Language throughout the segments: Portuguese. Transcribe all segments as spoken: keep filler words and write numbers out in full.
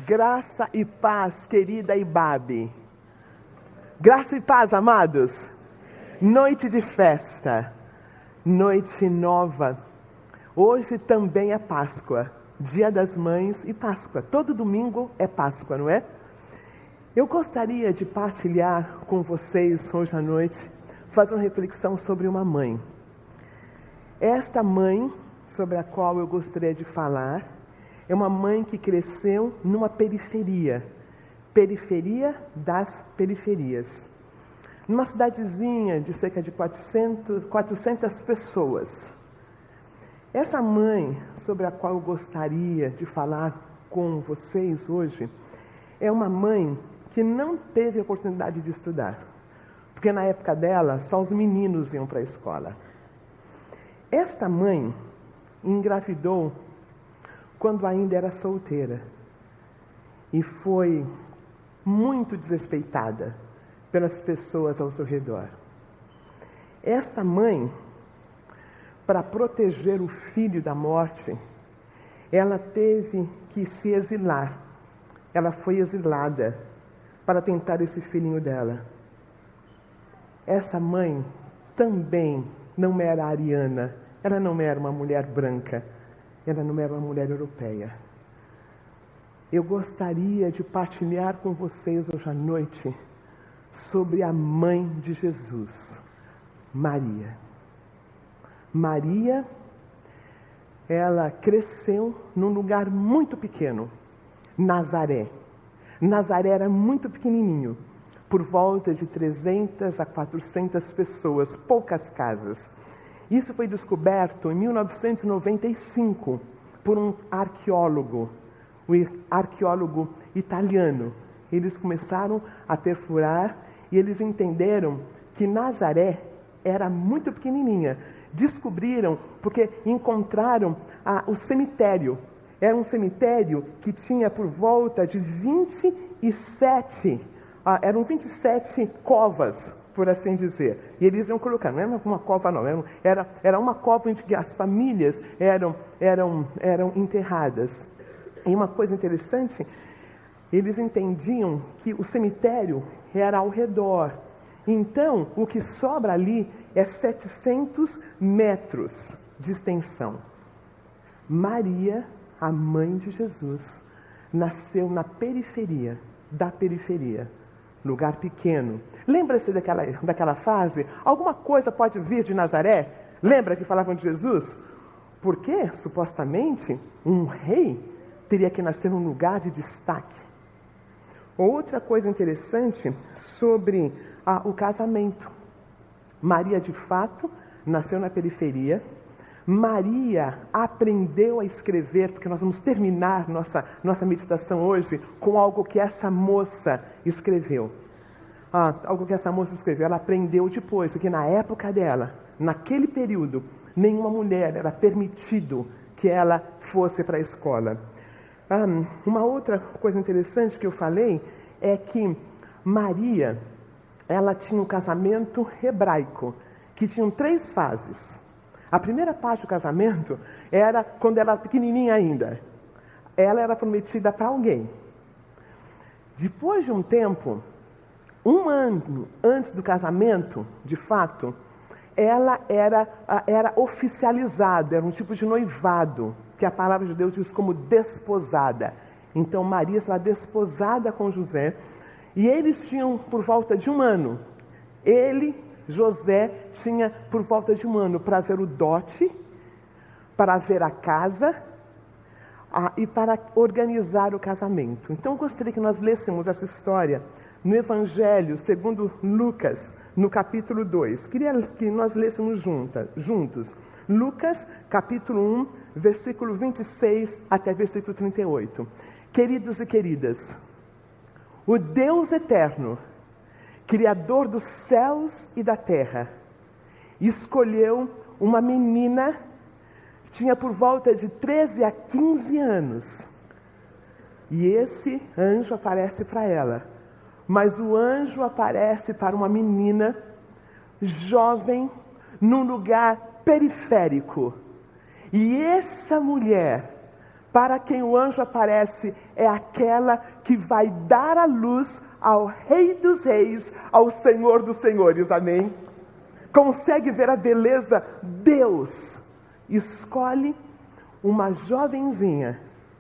Graça e paz, querida Ibabe. Graça e paz, amados. Noite de festa, noite nova. Hoje também é Páscoa, Dia das Mães e Páscoa. Todo domingo é Páscoa, não é? Eu gostaria de partilhar com vocês hoje à noite, fazer uma reflexão sobre uma mãe. Esta mãe sobre a qual eu gostaria de falar é uma mãe que cresceu numa periferia, periferia das periferias. Numa cidadezinha de cerca de quatrocentas, quatrocentas pessoas. Essa mãe sobre a qual eu gostaria de falar com vocês hoje é uma mãe que não teve a oportunidade de estudar, porque na época dela só os meninos iam para a escola. Esta mãe engravidou quando ainda era solteira e foi muito desrespeitada pelas pessoas ao seu redor. Esta mãe, para proteger o filho da morte, ela teve que se exilar. Ela foi exilada para tentar esse filhinho dela. Essa mãe também não era ariana, ela não era uma mulher branca, ela não era uma mulher europeia. Eu gostaria de partilhar com vocês hoje à noite sobre a mãe de Jesus, Maria. Maria, ela cresceu num lugar muito pequeno, Nazaré. Nazaré era muito pequenininho, por volta de trezentas a quatrocentas pessoas, poucas casas. Isso foi descoberto em mil novecentos e noventa e cinco por um arqueólogo, o arqueólogo italiano. Eles começaram a perfurar e eles entenderam que Nazaré era muito pequenininha. Descobriram porque encontraram ah, o cemitério. Era um cemitério que tinha por volta de vinte e sete, ah, eram vinte e sete covas, por assim dizer. E eles iam colocar, não era uma cova não, era, era uma cova em que as famílias eram, eram, eram enterradas. E uma coisa interessante, eles entendiam que o cemitério era ao redor. Então, o que sobra ali é setecentos metros de extensão. Maria, a mãe de Jesus, nasceu na periferia, da periferia. Lugar pequeno. Lembra-se daquela, daquela fase? Alguma coisa pode vir de Nazaré? Lembra que falavam de Jesus? Porque, supostamente, um rei teria que nascer num lugar de destaque. Outra coisa interessante sobre ah, o casamento. Maria, de fato, nasceu na periferia. Maria aprendeu a escrever, porque nós vamos terminar nossa, nossa meditação hoje com algo que essa moça escreveu. Ah, algo que essa moça escreveu, ela aprendeu depois, que na época dela, naquele período, nenhuma mulher era permitido que ela fosse para a escola. Ah, uma outra coisa interessante que eu falei é que Maria, ela tinha um casamento hebraico, que tinha três fases. A primeira parte do casamento era quando ela era pequenininha ainda. Ela era prometida para alguém. Depois de um tempo, um ano antes do casamento, de fato, ela era, era oficializada, era um tipo de noivado, que a palavra de Deus diz como desposada. Então Maria estava desposada com José, e eles tinham por volta de um ano. Ele, José, tinha por volta de um ano para ver o dote, para ver a casa ah, e para organizar o casamento. Então eu gostaria que nós lêssemos essa história no Evangelho segundo Lucas, no capítulo dois. Queria que nós lêssemos junta, juntos. Lucas, capítulo um, versículo vinte e seis até versículo trinta e oito. Queridos e queridas, o Deus eterno, Criador dos céus e da terra, escolheu uma menina que tinha por volta de treze a quinze anos. E esse anjo aparece para ela. Mas o anjo aparece para uma menina jovem, num lugar periférico. E essa mulher para quem o anjo aparece é aquela que vai dar a luz ao Rei dos Reis, ao Senhor dos Senhores, amém? Consegue ver a beleza? Deus escolhe uma jovenzinha,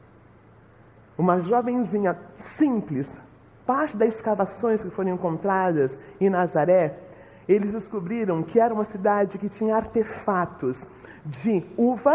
uma jovenzinha simples. Parte das escavações que foram encontradas em Nazaré, eles descobriram que era uma cidade que tinha artefatos de uva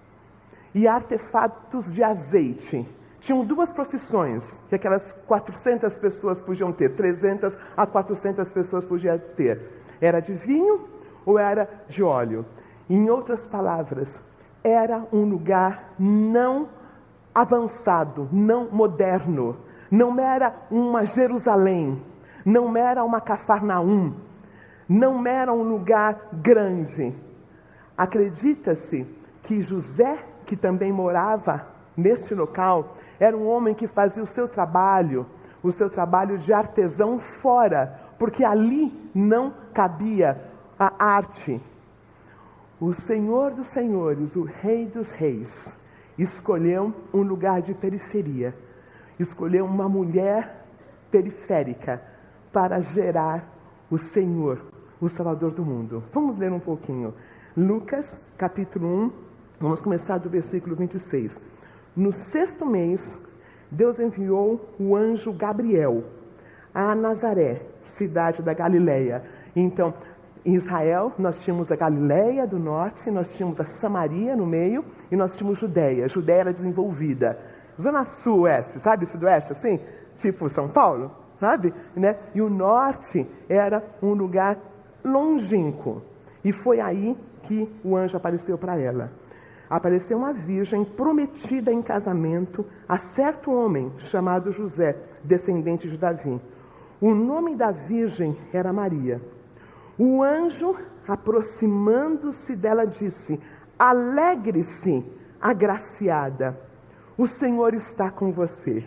e artefatos de azeite. Tinham duas profissões que aquelas quatrocentas pessoas podiam ter, trezentas a quatrocentas pessoas podiam ter. Era de vinho ou era de óleo? Em outras palavras, era um lugar não avançado, não moderno. Não era uma Jerusalém, não era uma Cafarnaum, não era um lugar grande. Acredita-se que José, que também morava neste local, era um homem que fazia o seu trabalho, o seu trabalho de artesão fora, porque ali não cabia a arte. O Senhor dos Senhores, o Rei dos Reis, escolheu um lugar de periferia, escolheu uma mulher periférica para gerar o Senhor, o Salvador do mundo. Vamos ler um pouquinho. Lucas, capítulo um, vamos começar do versículo vinte e seis. No sexto mês, Deus enviou o anjo Gabriel a Nazaré, cidade da Galileia. Então, em Israel, nós tínhamos a Galileia do norte, nós tínhamos a Samaria no meio e nós tínhamos Judeia. A Judeia era desenvolvida. Zona sul-oeste, sabe? Sudoeste, assim? Tipo São Paulo, sabe? Né? E o norte era um lugar longínquo. E foi aí que o anjo apareceu para ela. Apareceu uma virgem prometida em casamento a certo homem chamado José, descendente de Davi. O nome da virgem era Maria. O anjo, aproximando-se dela, disse: alegre-se, agraciada, o Senhor está com você.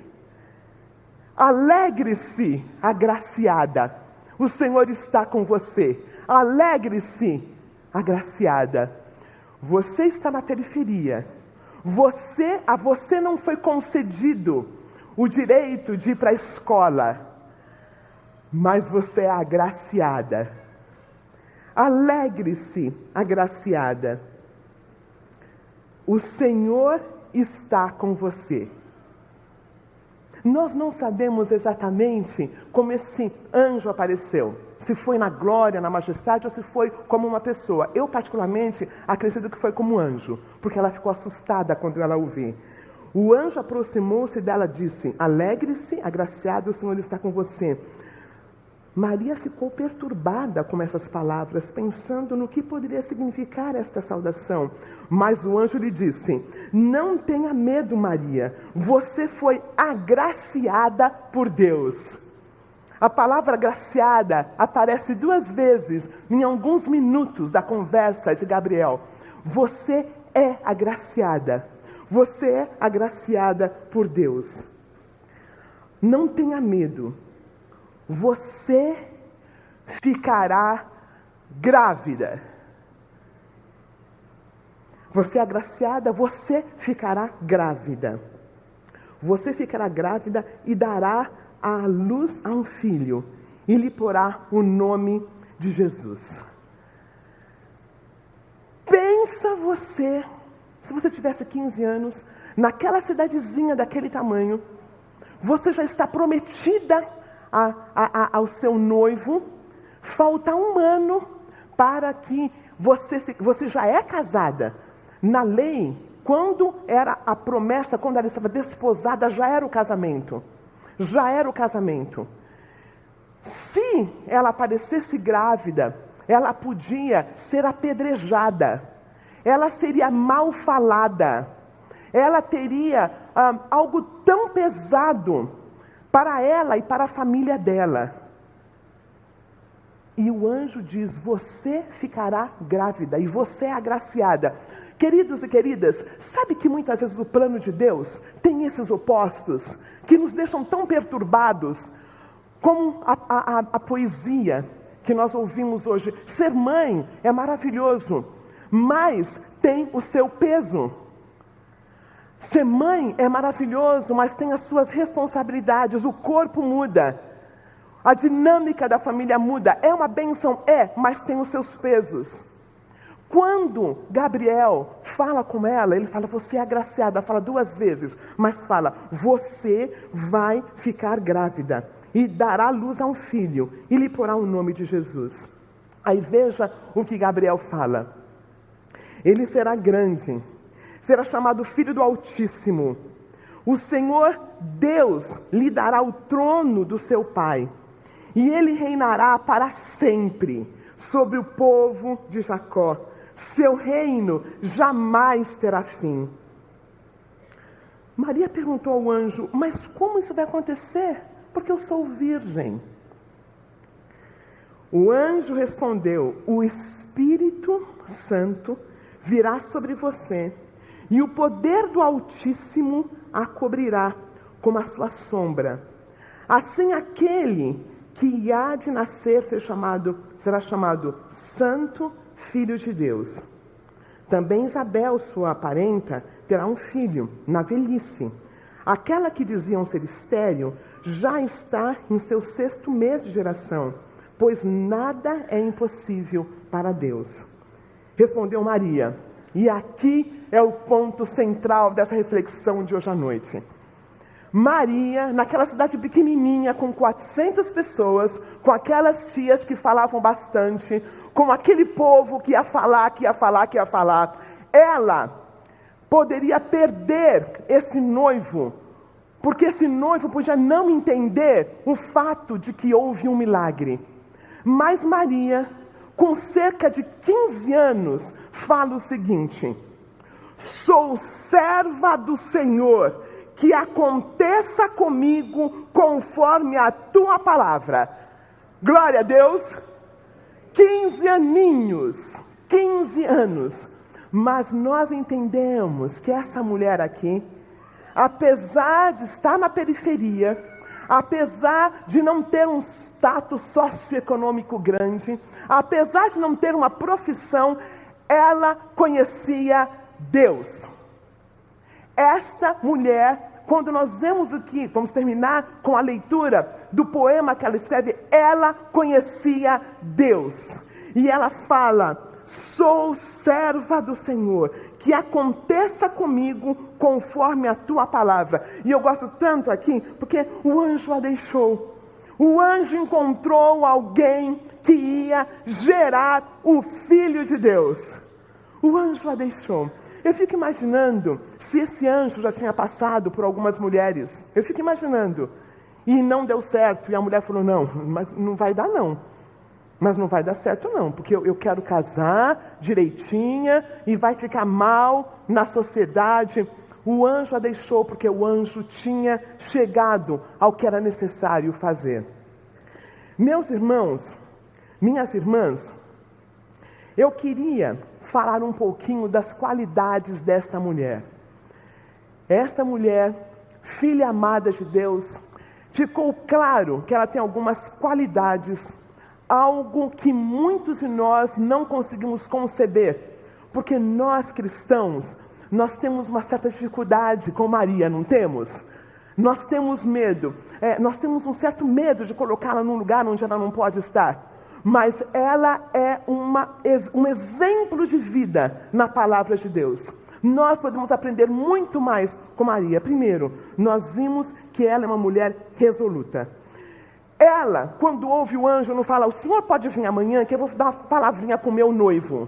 Alegre-se, agraciada, o Senhor está com você. Alegre-se, agraciada. Você está na periferia. Você, a você não foi concedido o direito de ir para a escola, mas você é agraciada. Alegre-se, agraciada. O Senhor está com você. Nós não sabemos exatamente como esse anjo apareceu. Se foi na glória, na majestade, ou se foi como uma pessoa. Eu, particularmente, acredito que foi como anjo, porque ela ficou assustada quando ela o viu. O anjo aproximou-se dela e disse: alegre-se, agraciada, o Senhor está com você. Maria ficou perturbada com essas palavras, pensando no que poderia significar esta saudação. Mas o anjo lhe disse: não tenha medo, Maria, você foi agraciada por Deus. A palavra agraciada aparece duas vezes em alguns minutos da conversa de Gabriel. Você é agraciada, você é agraciada por Deus. Não tenha medo. Você ficará grávida. Você é agraciada, você ficará grávida. Você ficará grávida e dará à luz a um filho, e lhe porá o nome de Jesus. Pensa você, se você tivesse quinze anos, naquela cidadezinha daquele tamanho, você já está prometida A, a, a, ao seu noivo, falta um ano para que você, se, você já é casada. Na lei, quando era a promessa, quando ela estava desposada, já era o casamento. Já era o casamento. Se ela aparecesse grávida, ela podia ser apedrejada. Ela seria mal falada. Ela teria ah, algo tão pesado para ela e para a família dela. E o anjo diz: você ficará grávida e você é agraciada. Queridos e queridas, sabe que muitas vezes o plano de Deus tem esses opostos que nos deixam tão perturbados, como a, a, a, a poesia que nós ouvimos hoje. Ser mãe é maravilhoso, mas tem o seu peso. Ser mãe é maravilhoso, mas tem as suas responsabilidades, o corpo muda, a dinâmica da família muda. É uma bênção? É, mas tem os seus pesos. Quando Gabriel fala com ela, ele fala, você é agraciada, fala duas vezes, mas fala, você vai ficar grávida e dará luz a um filho e lhe porá o nome de Jesus. Aí veja o que Gabriel fala. Ele será grande, será chamado Filho do Altíssimo. O Senhor Deus lhe dará o trono do seu pai, e ele reinará para sempre sobre o povo de Jacó. Seu reino jamais terá fim. Maria perguntou ao anjo, mas como isso vai acontecer? Porque eu sou virgem. O anjo respondeu, o Espírito Santo virá sobre você, e o poder do Altíssimo a cobrirá como a sua sombra. Assim aquele que há de nascer ser chamado, será chamado Santo Filho de Deus. Também Isabel, sua parenta, terá um filho na velhice. Aquela que diziam ser estéril já está em seu sexto mês de geração, pois nada é impossível para Deus. Respondeu Maria, e aqui é o ponto central dessa reflexão de hoje à noite. Maria, naquela cidade pequenininha, com quatrocentas pessoas, com aquelas tias que falavam bastante, com aquele povo que ia falar, que ia falar, que ia falar, ela poderia perder esse noivo, porque esse noivo podia não entender o fato de que houve um milagre. Mas Maria, com cerca de quinze anos, fala o seguinte, sou serva do Senhor, que aconteça comigo conforme a tua palavra. Glória a Deus. quinze aninhos, quinze anos. Mas nós entendemos que essa mulher aqui, apesar de estar na periferia, apesar de não ter um status socioeconômico grande, apesar de não ter uma profissão, ela conhecia Deus. Esta mulher, quando nós vemos aqui, vamos terminar com a leitura do poema que ela escreve, ela conhecia Deus. E ela fala, sou serva do Senhor, que aconteça comigo conforme a tua palavra. E eu gosto tanto aqui, porque o anjo a deixou. O anjo encontrou alguém que ia gerar o Filho de Deus. O anjo a deixou. Eu fico imaginando se esse anjo já tinha passado por algumas mulheres. Eu fico imaginando. E não deu certo. E a mulher falou, não, mas não vai dar não. Mas não vai dar certo não. Porque eu, eu quero casar direitinha e vai ficar mal na sociedade. O anjo a deixou porque o anjo tinha chegado ao que era necessário fazer. Meus irmãos, minhas irmãs, eu queria falar um pouquinho das qualidades desta mulher. Esta mulher, filha amada de Deus, ficou claro que ela tem algumas qualidades, algo que muitos de nós não conseguimos conceber, porque nós cristãos, nós temos uma certa dificuldade com Maria, não temos? Nós temos medo, é, nós temos um certo medo de colocá-la num lugar onde ela não pode estar. Mas ela é uma, um exemplo de vida na palavra de Deus. Nós podemos aprender muito mais com Maria. Primeiro, nós vimos que ela é uma mulher resoluta. Ela, quando ouve o anjo, não fala, o senhor pode vir amanhã que eu vou dar uma palavrinha com o meu noivo.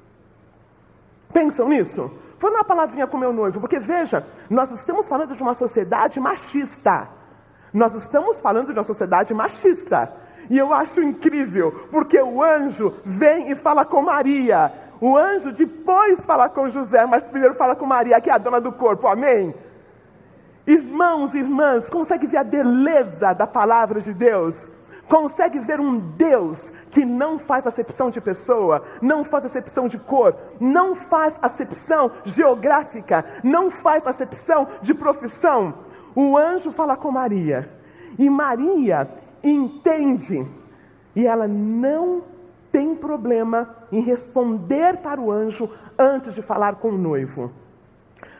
Pensam nisso? Vou dar uma palavrinha com o meu noivo, porque veja, nós estamos falando de uma sociedade machista. Nós estamos falando de uma sociedade machista. E eu acho incrível, porque o anjo vem e fala com Maria. O anjo depois fala com José, mas primeiro fala com Maria, que é a dona do corpo, amém? Irmãos e irmãs, consegue ver a beleza da palavra de Deus? Consegue ver um Deus que não faz acepção de pessoa, não faz acepção de cor, não faz acepção geográfica, não faz acepção de profissão? O anjo fala com Maria, e Maria entende, e ela não tem problema em responder para o anjo antes de falar com o noivo.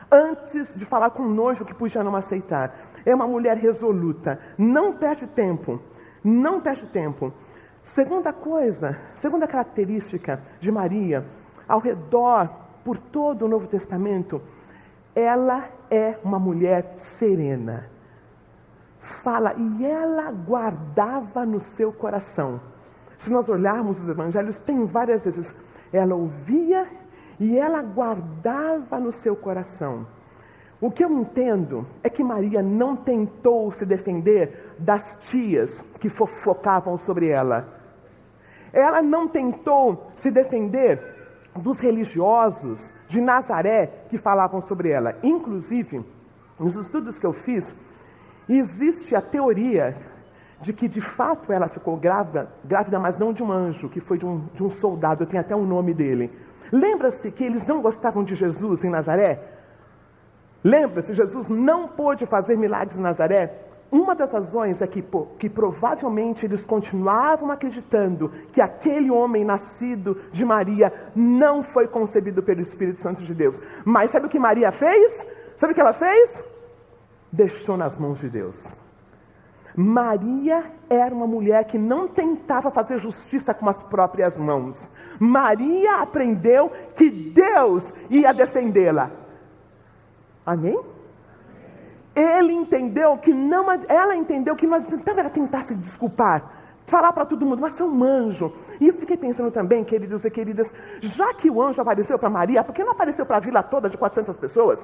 antes de falar com o noivo que podia não aceitar. É uma mulher resoluta, não perde tempo, não perde tempo. Segunda coisa, segunda característica de Maria, ao redor, por todo o Novo Testamento, ela é uma mulher serena. Fala, e ela guardava no seu coração. Se nós olharmos os evangelhos, tem várias vezes, ela ouvia e ela guardava no seu coração. O que eu entendo é que Maria não tentou se defender das tias que fofocavam sobre ela. Ela não tentou se defender dos religiosos de Nazaré que falavam sobre ela. Inclusive, nos estudos que eu fiz, existe a teoria de que de fato ela ficou grávida, grávida, mas não de um anjo, que foi de um, de um soldado, tem até o nome dele. Lembra-se que eles não gostavam de Jesus em Nazaré? Lembra-se, Jesus não pôde fazer milagres em Nazaré? Uma das razões é que, que provavelmente eles continuavam acreditando que aquele homem nascido de Maria não foi concebido pelo Espírito Santo de Deus. Mas sabe o que Maria fez? Sabe o que ela fez? Deixou nas mãos de Deus. Maria era uma mulher que não tentava fazer justiça com as próprias mãos. Maria aprendeu que Deus ia defendê-la. Amém? Ele entendeu que não, ela entendeu que não adiantava ela tentar se desculpar, falar para todo mundo, mas foi um anjo. E eu fiquei pensando também, queridos e queridas, já que o anjo apareceu para Maria, por que não apareceu para a vila toda de quatrocentas pessoas?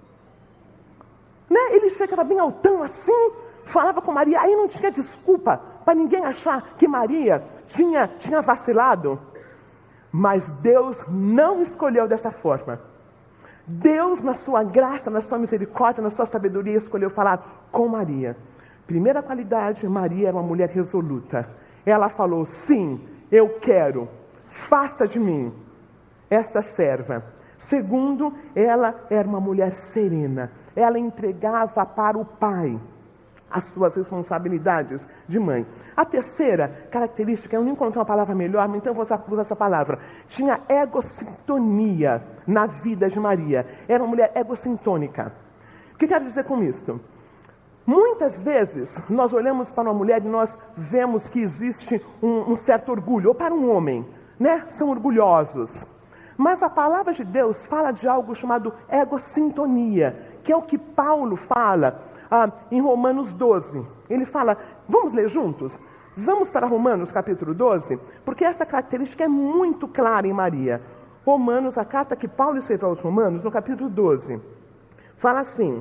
Né? Ele chegava bem altão assim, falava com Maria, aí não tinha desculpa para ninguém achar que Maria tinha, tinha vacilado. Mas Deus não escolheu dessa forma. Deus, na sua graça, na sua misericórdia, na sua sabedoria, escolheu falar com Maria. Primeira qualidade, Maria era uma mulher resoluta. Ela falou, sim, eu quero, faça de mim esta serva. Segundo, ela era uma mulher serena. Ela entregava para o pai as suas responsabilidades de mãe. A terceira característica, eu não encontrei uma palavra melhor, então eu vou usar, usar essa palavra. Tinha egossintonia na vida de Maria. Era uma mulher egocintônica. O que quero dizer com isso? Muitas vezes nós olhamos para uma mulher e nós vemos que existe um, um certo orgulho, ou para um homem, né? São orgulhosos. Mas a palavra de Deus fala de algo chamado egossintonia, que é o que Paulo fala Ah, em Romanos doze, ele fala, vamos ler juntos? Vamos para Romanos capítulo doze, porque essa característica é muito clara em Maria. Romanos, a carta que Paulo escreveu aos Romanos, no capítulo doze, fala assim,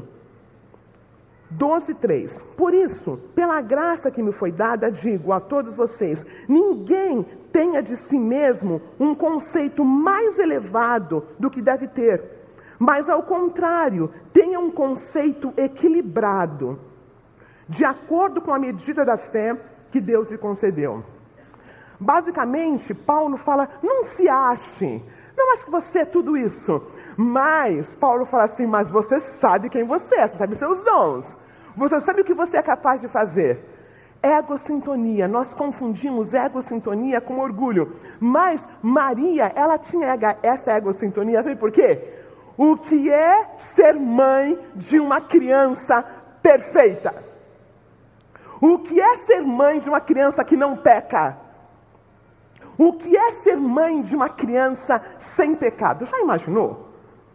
doze, três. Por isso, pela graça que me foi dada, digo a todos vocês, ninguém tenha de si mesmo um conceito mais elevado do que deve ter. Mas, ao contrário, tenha um conceito equilibrado, de acordo com a medida da fé que Deus lhe concedeu. Basicamente, Paulo fala, não se ache, não acho que você é tudo isso. Mas, Paulo fala assim, mas você sabe quem você é, você sabe seus dons. Você sabe o que você é capaz de fazer. Egossintonia, nós confundimos egossintonia com orgulho. Mas, Maria, ela tinha essa egossintonia, sabe por quê? O que é ser mãe de uma criança perfeita? O que é ser mãe de uma criança que não peca? O que é ser mãe de uma criança sem pecado? Já imaginou?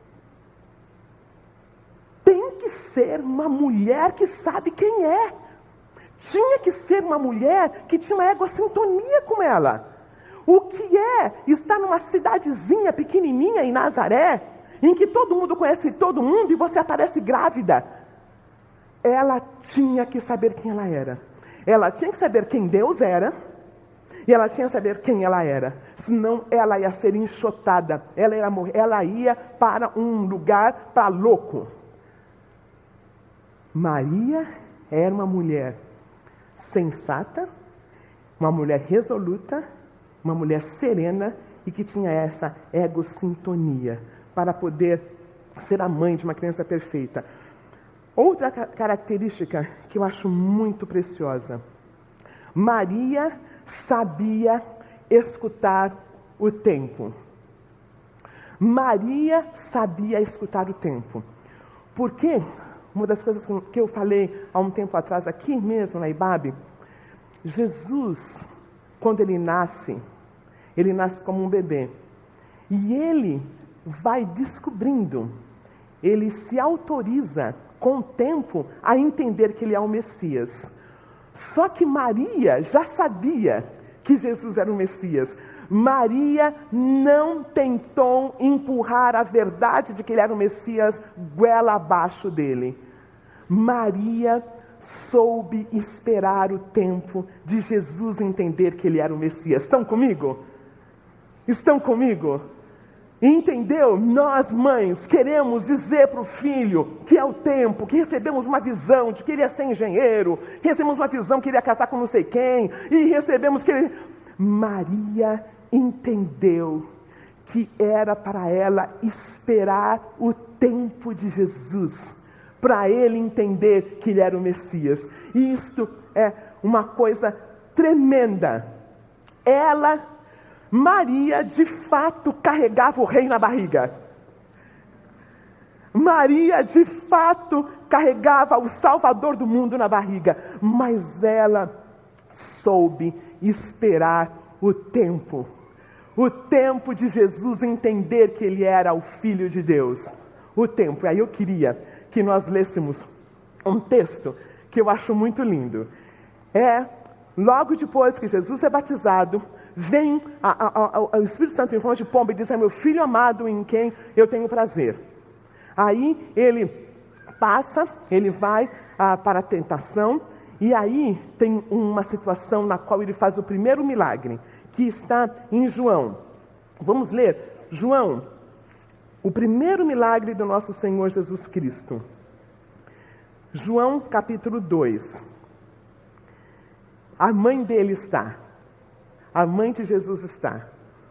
Tem que ser uma mulher que sabe quem é. Tinha que ser uma mulher que tinha uma egossintonia com ela. O que é estar numa cidadezinha pequenininha em Nazaré, em que todo mundo conhece todo mundo e você aparece grávida? Ela tinha que saber quem ela era. Ela tinha que saber quem Deus era. E ela tinha que saber quem ela era. Senão ela ia ser enxotada. Ela ia morrer. Ela ia para um lugar para louco. Maria era uma mulher sensata, uma mulher resoluta, uma mulher serena e que tinha essa egossintonia para poder ser a mãe de uma criança perfeita. Outra característica que eu acho muito preciosa. Maria sabia escutar o tempo. Maria sabia escutar o tempo. Porque uma das coisas que eu falei há um tempo atrás, aqui mesmo na I B A B, Jesus, quando ele nasce, ele nasce como um bebê. E ele vai descobrindo, ele se autoriza com o tempo a entender que ele é o Messias. Só que Maria já sabia que Jesus era o Messias. Maria não tentou empurrar a verdade de que ele era o Messias goela abaixo dele. Maria soube esperar o tempo de Jesus entender que ele era o Messias. Estão comigo? Estão comigo? Entendeu? Nós, mães, queremos dizer para o filho que é o tempo, que recebemos uma visão de que ele ia ser engenheiro, recebemos uma visão que ele ia casar com não sei quem, e recebemos que ele... Maria entendeu que era para ela esperar o tempo de Jesus, para ele entender que ele era o Messias. E isto é uma coisa tremenda. Ela... Maria, de fato, carregava o rei na barriga. Maria, de fato, carregava o Salvador do mundo na barriga. Mas ela soube esperar o tempo. O tempo de Jesus entender que ele era o Filho de Deus. O tempo. Aí eu queria que nós lêssemos um texto que eu acho muito lindo. É, logo depois que Jesus é batizado, vem a, a, a, o Espírito Santo em forma de pomba e diz: é meu filho amado em quem eu tenho prazer. Aí ele passa, ele vai ah, para a tentação, e aí tem uma situação na qual ele faz o primeiro milagre, que está em João. Vamos ler João, o primeiro milagre do nosso Senhor Jesus Cristo. João capítulo dois. A mãe dele está. A mãe de Jesus está.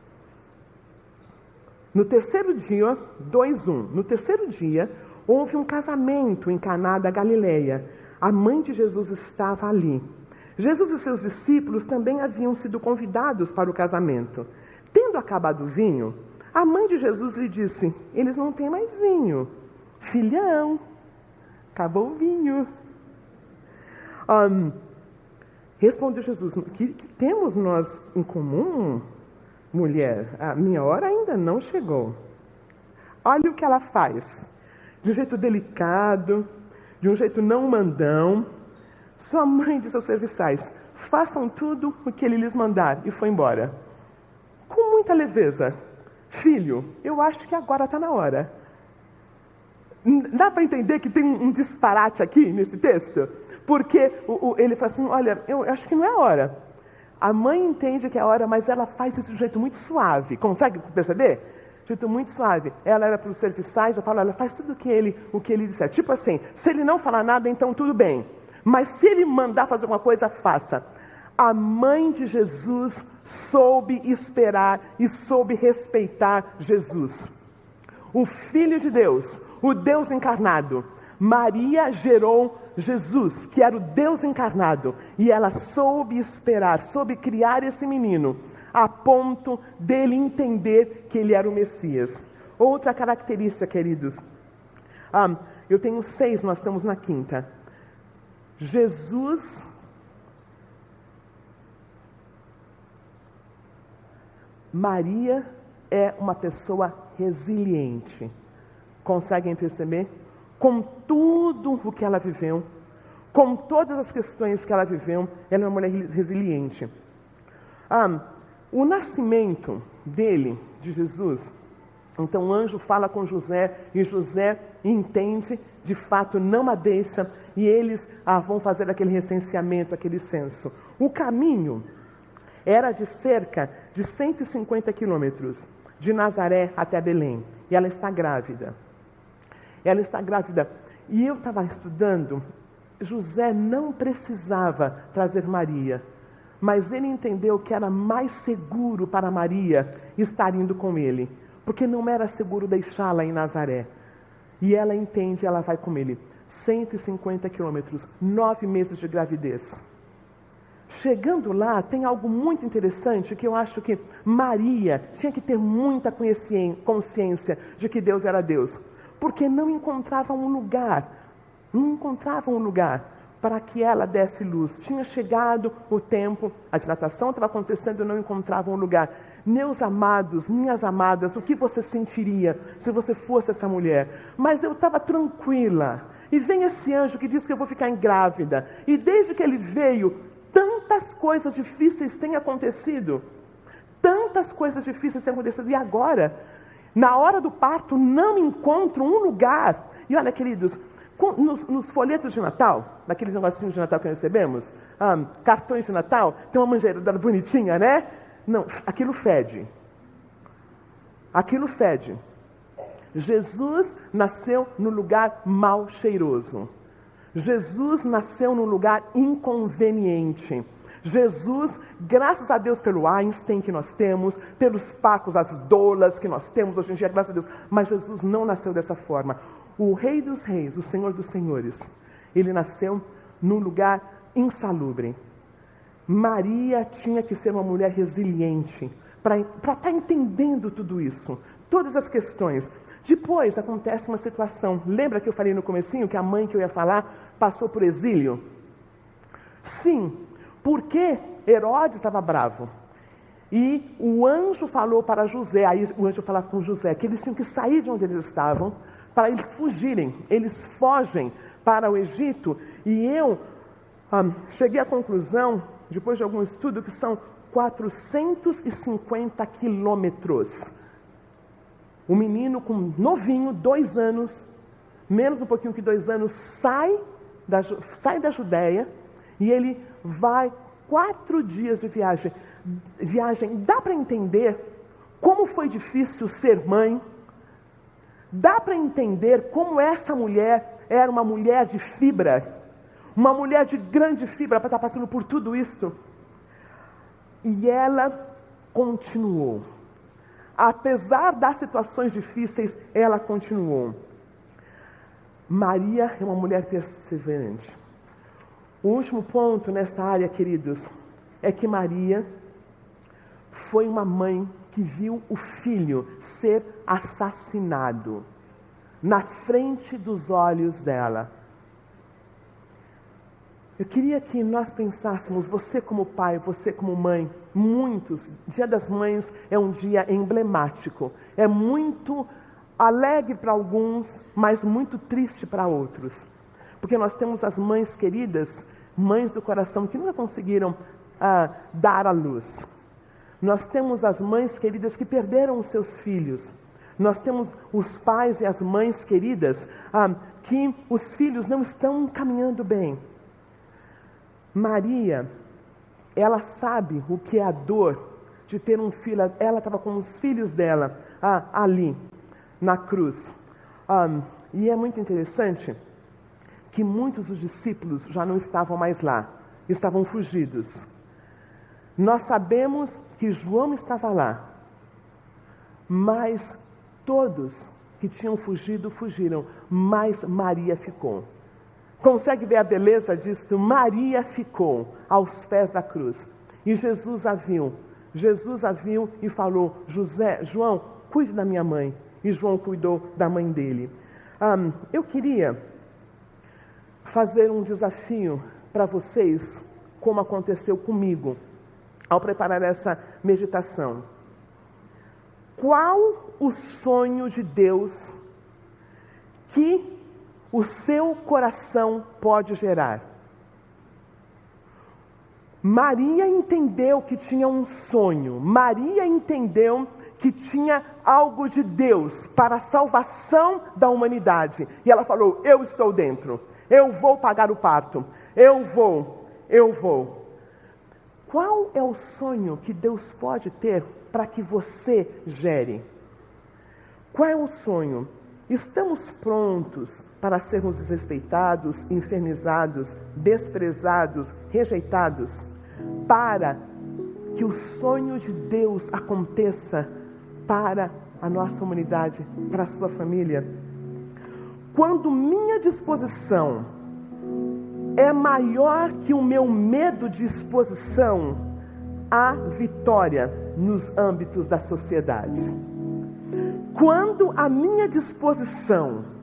No terceiro dia, dois, um. No terceiro dia, houve um casamento em Caná da Galileia. A mãe de Jesus estava ali. Jesus e seus discípulos também haviam sido convidados para o casamento. Tendo acabado o vinho, a mãe de Jesus lhe disse: eles não têm mais vinho. Filhão, acabou o vinho. Um, Respondeu Jesus: que, que temos nós em comum, mulher? A minha hora ainda não chegou. Olha o que ela faz. De um jeito delicado, de um jeito não mandão. Sua mãe e seus serviçais: façam tudo o que ele lhes mandar. E foi embora. Com muita leveza: filho, eu acho que agora está na hora. Dá para entender que tem um disparate aqui nesse texto? Porque o, o, ele fala assim: olha, eu acho que não é a hora. A mãe entende que é a hora, mas ela faz isso de um jeito muito suave. Consegue perceber? De um jeito muito suave. Ela era para os serviçais, eu falo: ela faz tudo o que ele, o que ele disser. Tipo assim, se ele não falar nada, então tudo bem. Mas se ele mandar fazer alguma coisa, faça. A mãe de Jesus soube esperar e soube respeitar Jesus. O Filho de Deus, o Deus encarnado. Maria gerou Jesus, que era o Deus encarnado, e ela soube esperar, soube criar esse menino, a ponto dele entender que ele era o Messias. Outra característica, queridos, ah, eu tenho seis, nós estamos na quinta. Jesus, Maria é uma pessoa resiliente. Conseguem perceber? Com tudo o que ela viveu, com todas as questões que ela viveu, ela é uma mulher resiliente. Ah, o nascimento dele, de Jesus, então o anjo fala com José, e José entende, de fato não a deixa, e eles ah, vão fazer aquele recenseamento, aquele censo. O caminho era de cerca de cento e cinquenta quilômetros, de Nazaré até Belém, e ela está grávida. Ela está grávida. E eu estava estudando, José não precisava trazer Maria, mas ele entendeu que era mais seguro para Maria estar indo com ele, porque não era seguro deixá-la em Nazaré. E ela entende, ela vai com ele. cento e cinquenta quilômetros, nove meses de gravidez. Chegando lá, tem algo muito interessante, que eu acho que Maria tinha que ter muita consciência de que Deus era Deus. porque não encontravam um lugar, não encontravam um lugar para que ela desse luz. Tinha chegado o tempo, a dilatação estava acontecendo e não encontravam um lugar. Meus amados, minhas amadas, o que você sentiria se você fosse essa mulher? Mas eu estava tranquila. E vem esse anjo que diz que eu vou ficar grávida. E desde que ele veio, tantas coisas difíceis têm acontecido. Tantas coisas difíceis têm acontecido. E agora, na hora do parto, não encontro um lugar. E olha, queridos, Nos, nos folhetos de Natal, naqueles negocinhos de Natal que recebemos, um, cartões de Natal, tem uma manjeira bonitinha, né? Não, aquilo fede. Aquilo fede. Jesus nasceu no lugar mal cheiroso. Jesus nasceu num lugar inconveniente. Jesus, graças a Deus pelo Einstein que nós temos, pelos pacos, as doulas que nós temos hoje em dia, graças a Deus, mas Jesus não nasceu dessa forma. O Rei dos Reis, o Senhor dos Senhores, ele nasceu num lugar insalubre. Maria tinha que ser uma mulher resiliente para estar entendendo tudo isso, todas as questões. Depois acontece uma situação. Lembra que eu falei no comecinho que a mãe que eu ia falar passou por exílio? Sim, porque Herodes estava bravo. E o anjo falou para José, aí o anjo falava com José, que eles tinham que sair de onde eles estavam, para eles fugirem. Eles fogem para o Egito. E eu um, cheguei à conclusão, depois de algum estudo, que são quatrocentos e cinquenta quilômetros. O menino com novinho, dois anos, menos um pouquinho que dois anos, sai da, sai da Judéia e ele vai quatro dias de viagem. Viagem, dá para entender como foi difícil ser mãe? Dá para entender como essa mulher era uma mulher de fibra, uma mulher de grande fibra para estar passando por tudo isso. E ela continuou. Apesar das situações difíceis, ela continuou. Maria é uma mulher perseverante. O último ponto nesta área, queridos, é que Maria foi uma mãe que viu o filho ser assassinado na frente dos olhos dela. Eu queria que nós pensássemos, você como pai, você como mãe, muitos, Dia das Mães é um dia emblemático, é muito alegre para alguns, mas muito triste para outros, porque nós temos as mães queridas, mães do coração, que nunca conseguiram ah, dar à luz. Nós temos as mães queridas que perderam os seus filhos. Nós temos os pais e as mães queridas ah, que os filhos não estão caminhando bem. Maria, ela sabe o que é a dor de ter um filho. Ela estava com os filhos dela ah, ali, na cruz. Ah, e é muito interessante que muitos dos discípulos já não estavam mais lá, estavam fugidos. Nós sabemos que João estava lá, mas todos que tinham fugido, fugiram, mas Maria ficou. Consegue ver a beleza disso? Maria ficou aos pés da cruz. E Jesus a viu. Jesus a viu e falou, José, João, cuide da minha mãe. E João cuidou da mãe dele. Um, eu queria fazer um desafio para vocês, como aconteceu comigo, ao preparar essa meditação. Qual o sonho de Deus que o seu coração pode gerar? Maria entendeu que tinha um sonho. Maria entendeu que tinha algo de Deus para a salvação da humanidade. E ela falou, eu estou dentro. Eu vou pagar o parto. Eu vou. Eu vou. Qual é o sonho que Deus pode ter para que você gere? Qual é o sonho? Estamos prontos para sermos desrespeitados, infernizados, desprezados, rejeitados, para que o sonho de Deus aconteça para a nossa humanidade, para a sua família? Quando minha disposição é maior que o meu medo de exposição, há vitória nos âmbitos da sociedade. Quando a minha disposição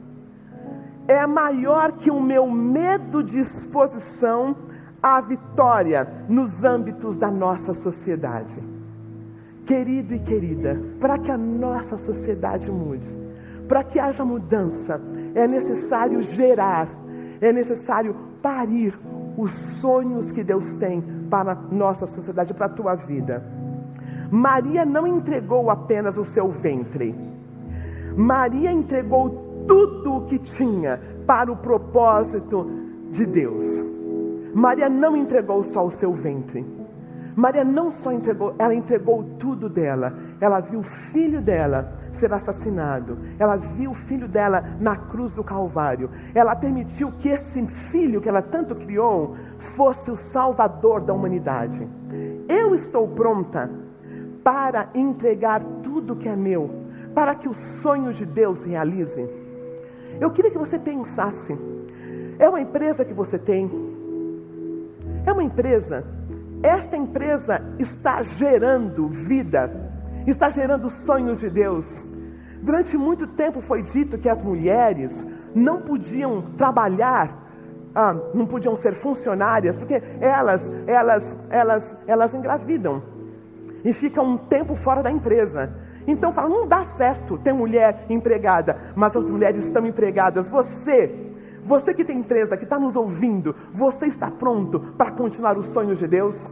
é maior que o meu medo de exposição à vitória nos âmbitos da nossa sociedade. Querido e querida, para que a nossa sociedade mude, para que haja mudança, é necessário gerar, é necessário parir os sonhos que Deus tem para a nossa sociedade, para a tua vida. Maria não entregou apenas o seu ventre. Maria entregou tudo o que tinha para o propósito de Deus. Maria não entregou só o seu ventre. Maria não só entregou, ela entregou tudo dela. Ela viu o filho dela ser assassinado. Ela viu o filho dela na cruz do Calvário. Ela permitiu que esse filho que ela tanto criou fosse o salvador da humanidade. Eu estou pronta para entregar tudo que é meu, para que o sonho de Deus se realize. Eu queria que você pensasse, é uma empresa que você tem, é uma empresa, esta empresa está gerando vida, está gerando sonhos de Deus. Durante muito tempo foi dito que as mulheres não podiam trabalhar, ah, não podiam ser funcionárias, porque elas, elas, elas, elas engravidam e ficam um tempo fora da empresa. Então fala, não dá certo ter mulher empregada, mas as mulheres estão empregadas. Você, você que tem empresa, que está nos ouvindo, você está pronto para continuar os sonhos de Deus?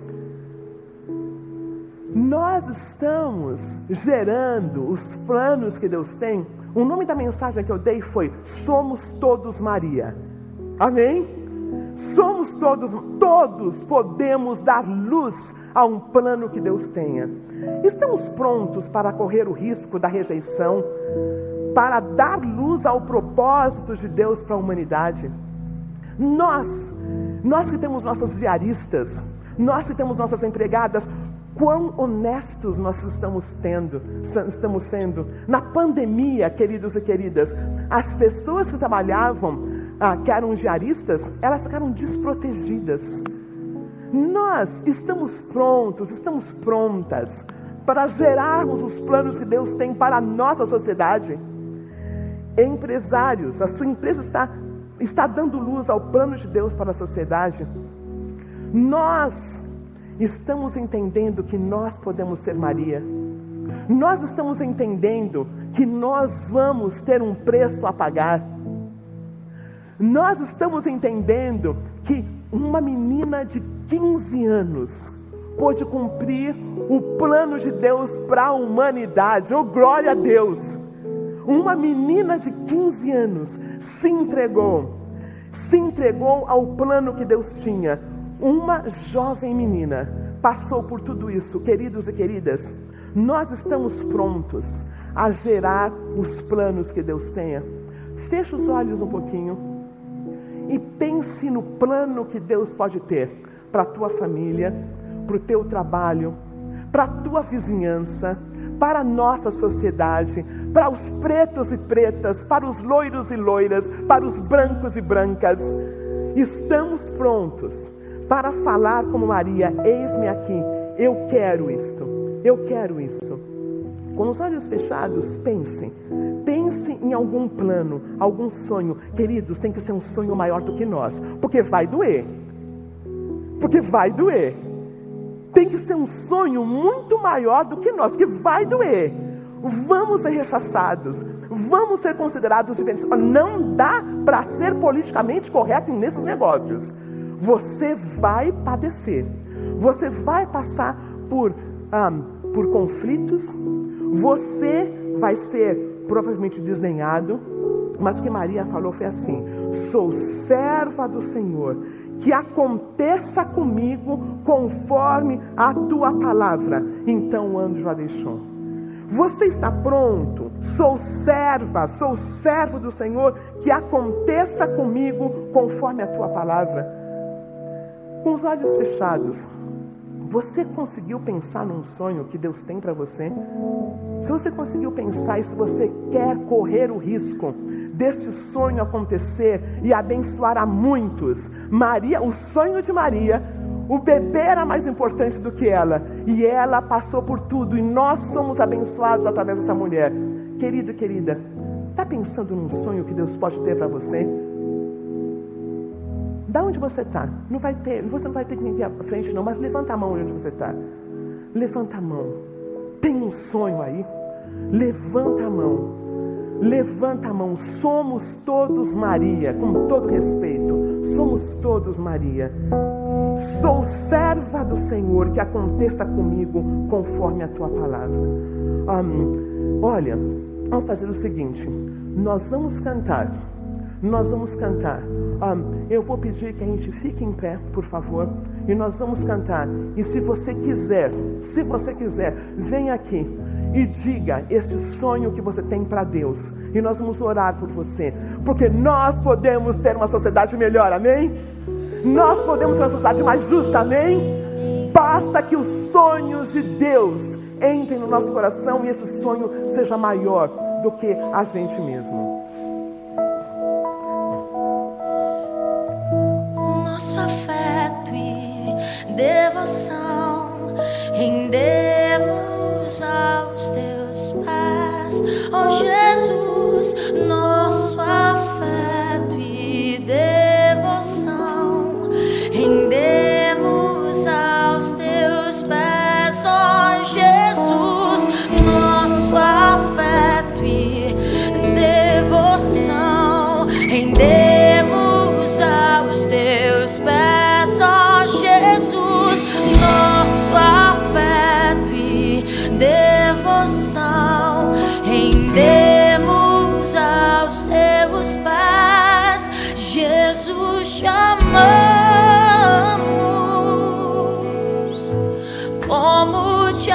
Nós estamos gerando os planos que Deus tem. O nome da mensagem que eu dei foi: somos todos Maria. Amém? Somos todos, todos podemos dar luz a um plano que Deus tenha. Estamos prontos para correr o risco da rejeição, para dar luz ao propósito de Deus para a humanidade? Nós, nós que temos nossas diaristas, nós que temos nossas empregadas, quão honestos nós estamos tendo, estamos sendo. Na pandemia, queridos e queridas, as pessoas que trabalhavam, ah, que eram diaristas, elas ficaram desprotegidas. Nós estamos prontos, estamos prontas para gerarmos os planos que Deus tem para a nossa sociedade. Empresários, a sua empresa está, está dando luz ao plano de Deus para a sociedade. Nós estamos entendendo que nós podemos ser Maria. Nós estamos entendendo que nós vamos ter um preço a pagar. Nós estamos entendendo que uma menina de quinze anos pôde cumprir o plano de Deus para a humanidade. Oh, glória a Deus! Uma menina de quinze anos se entregou, se entregou ao plano que Deus tinha. Uma jovem menina passou por tudo isso. Queridos e queridas, nós estamos prontos a gerar os planos que Deus tenha. Feche os olhos um pouquinho e pense no plano que Deus pode ter para a tua família, para o teu trabalho, para a tua vizinhança, para a nossa sociedade, para os pretos e pretas, para os loiros e loiras, para os brancos e brancas. Estamos prontos para falar como Maria: eis-me aqui, eu quero isto, eu quero isso. Com os olhos fechados, pense, pense em algum plano, algum sonho. Queridos, tem que ser um sonho maior do que nós, porque vai doer, porque vai doer. Tem que ser um sonho muito maior do que nós, porque vai doer. Vamos ser rechaçados, vamos ser considerados diferentes. Não dá para ser politicamente correto nesses negócios. Você vai padecer, você vai passar por, um, por conflitos, você vai ser provavelmente desdenhado, mas o que Maria falou foi assim: sou serva do Senhor, que aconteça comigo conforme a tua palavra. Então o anjo a deixou. Você está pronto? Sou serva, sou servo do Senhor, que aconteça comigo conforme a tua palavra. Com os olhos fechados, você conseguiu pensar num sonho que Deus tem para você? Se você conseguiu pensar e se você quer correr o risco desse sonho acontecer e abençoar a muitos, Maria, o sonho de Maria, o bebê era mais importante do que ela, e ela passou por tudo, e nós somos abençoados através dessa mulher. Querido e querida, Está pensando num sonho que Deus pode ter para você? Da onde você está? Não vai ter, você não vai ter que vir à frente não, mas levanta a mão onde você está. Levanta a mão. Tem um sonho aí? Levanta a mão. Levanta a mão. Somos todos Maria, com todo respeito. Somos todos Maria. Sou serva do Senhor, que aconteça comigo conforme a tua palavra. Um, olha, vamos fazer o seguinte. Nós vamos cantar. Nós vamos cantar. Um, eu vou pedir que a gente fique em pé, por favor. E nós vamos cantar. E se você quiser, se você quiser, vem aqui e diga esse sonho que você tem para Deus. E nós vamos orar por você. Porque nós podemos ter uma sociedade melhor, amém? Nós podemos ter uma sociedade mais justa, amém? Basta que os sonhos de Deus entrem no nosso coração e esse sonho seja maior do que a gente mesmo. Nosso afeto e devoção rendemos aos teus pés, ó Jesus. Nosso afeto e devoção rendemos aos teus pés, ó Jesus. Nosso afeto e devoção rendemos aos teus pés, ó Jesus. Nosso afeto e devoção rendemos aos teus pés, Jesus. Te amamos, como te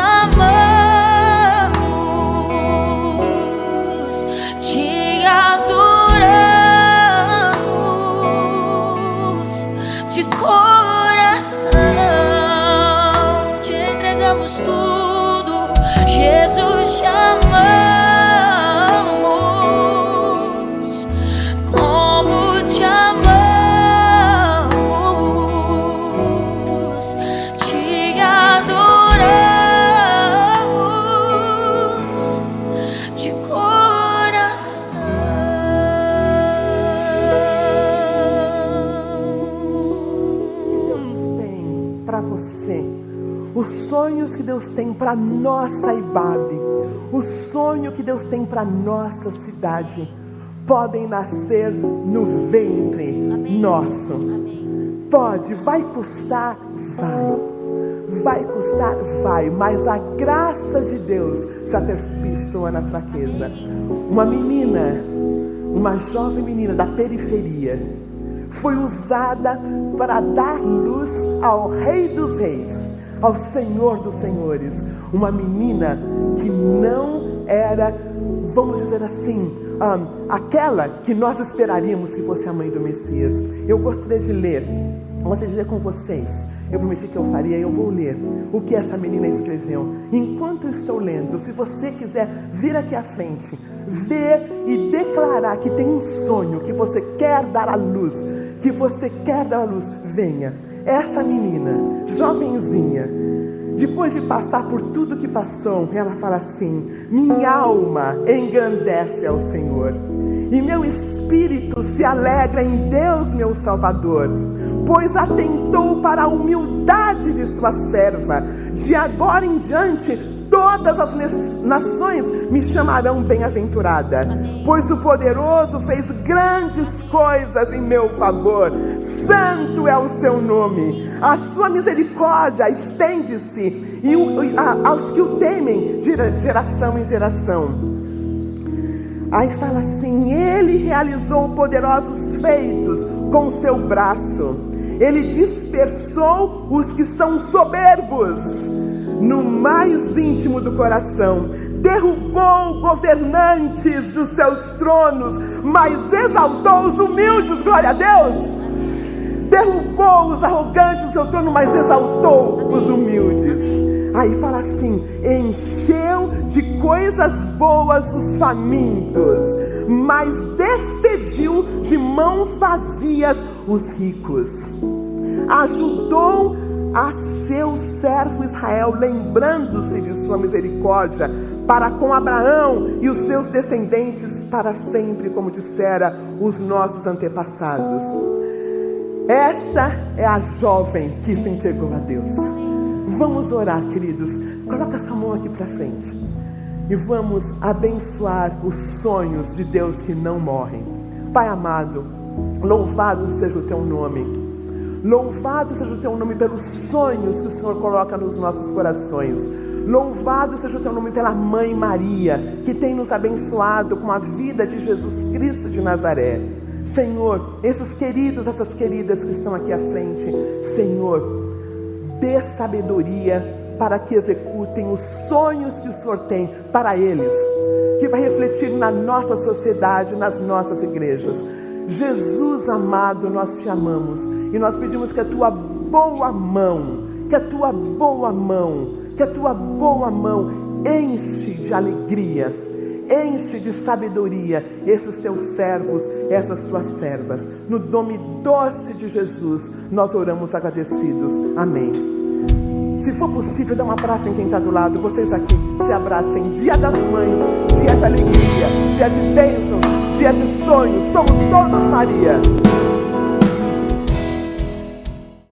amamos, te adoramos de coração, te entregamos tudo, Jesus. Te amamos, como te amamos, te adoramos de coração. Tem para você os sonhos que Deus tem para nossa Ibabe, o sonho que Deus tem para nossa cidade, podem nascer no ventre Amém. nosso. Amém. Pode, vai custar, vai. Vai custar, vai. Mas a graça de Deus se aperfeiçoa na fraqueza. Amém. Uma menina, uma jovem menina da periferia, foi usada para dar luz ao Rei dos Reis, ao Senhor dos Senhores. Uma menina que não era, vamos dizer assim, um, aquela que nós esperaríamos que fosse a mãe do Messias. Eu gostaria de ler, gostaria de ler com vocês. Eu prometi que eu faria, eu vou ler o que essa menina escreveu. Enquanto eu estou lendo, se você quiser vir aqui à frente, ver e declarar que tem um sonho, que você quer dar à luz, que você quer dar à luz, venha. Essa menina, jovenzinha, depois de passar por tudo que passou, ela fala assim: minha alma engrandece ao Senhor, e meu espírito se alegra em Deus meu Salvador, pois atentou para a humildade de sua serva. De agora em diante todas as nações me chamarão bem-aventurada. Amém. Pois o Poderoso fez grandes coisas em meu favor. Santo é o seu nome. A sua misericórdia estende-se e o, a, aos que o temem de geração em geração. Aí fala assim: ele realizou poderosos feitos com seu braço. Ele dispersou os que são soberbos no mais íntimo do coração. Derrubou governantes dos seus tronos, mas exaltou os humildes. Glória a Deus. Derrubou os arrogantes do seu trono, mas exaltou os humildes. Aí fala assim: encheu de coisas boas os famintos, mas despediu de mãos vazias os ricos. Ajudou a seu servo Israel, lembrando-se de sua misericórdia para com Abraão e os seus descendentes para sempre, como dissera os nossos antepassados. Esta é a jovem que se entregou a Deus. Vamos orar, queridos. Coloca essa mão aqui para frente e vamos abençoar os sonhos de Deus que não morrem. Pai amado, louvado seja o teu nome. Louvado seja o teu nome pelos sonhos que o Senhor coloca nos nossos corações. Louvado seja o teu nome pela Mãe Maria, que tem nos abençoado com a vida de Jesus Cristo de Nazaré. Senhor, esses queridos, essas queridas que estão aqui à frente, Senhor, dê sabedoria para que executem os sonhos que o Senhor tem para eles, que vai refletir na nossa sociedade, nas nossas igrejas. Jesus amado, nós te amamos e nós pedimos que a tua boa mão, que a tua boa mão, que a tua boa mão enche de alegria, enche de sabedoria esses teus servos, essas tuas servas. No nome doce de Jesus, nós oramos agradecidos. Amém. Se for possível, dá um abraço em quem está do lado. Vocês aqui se abracem. Dia das Mães, dia de alegria, dia de bênçãos, dia de sonhos. Somos todos Maria.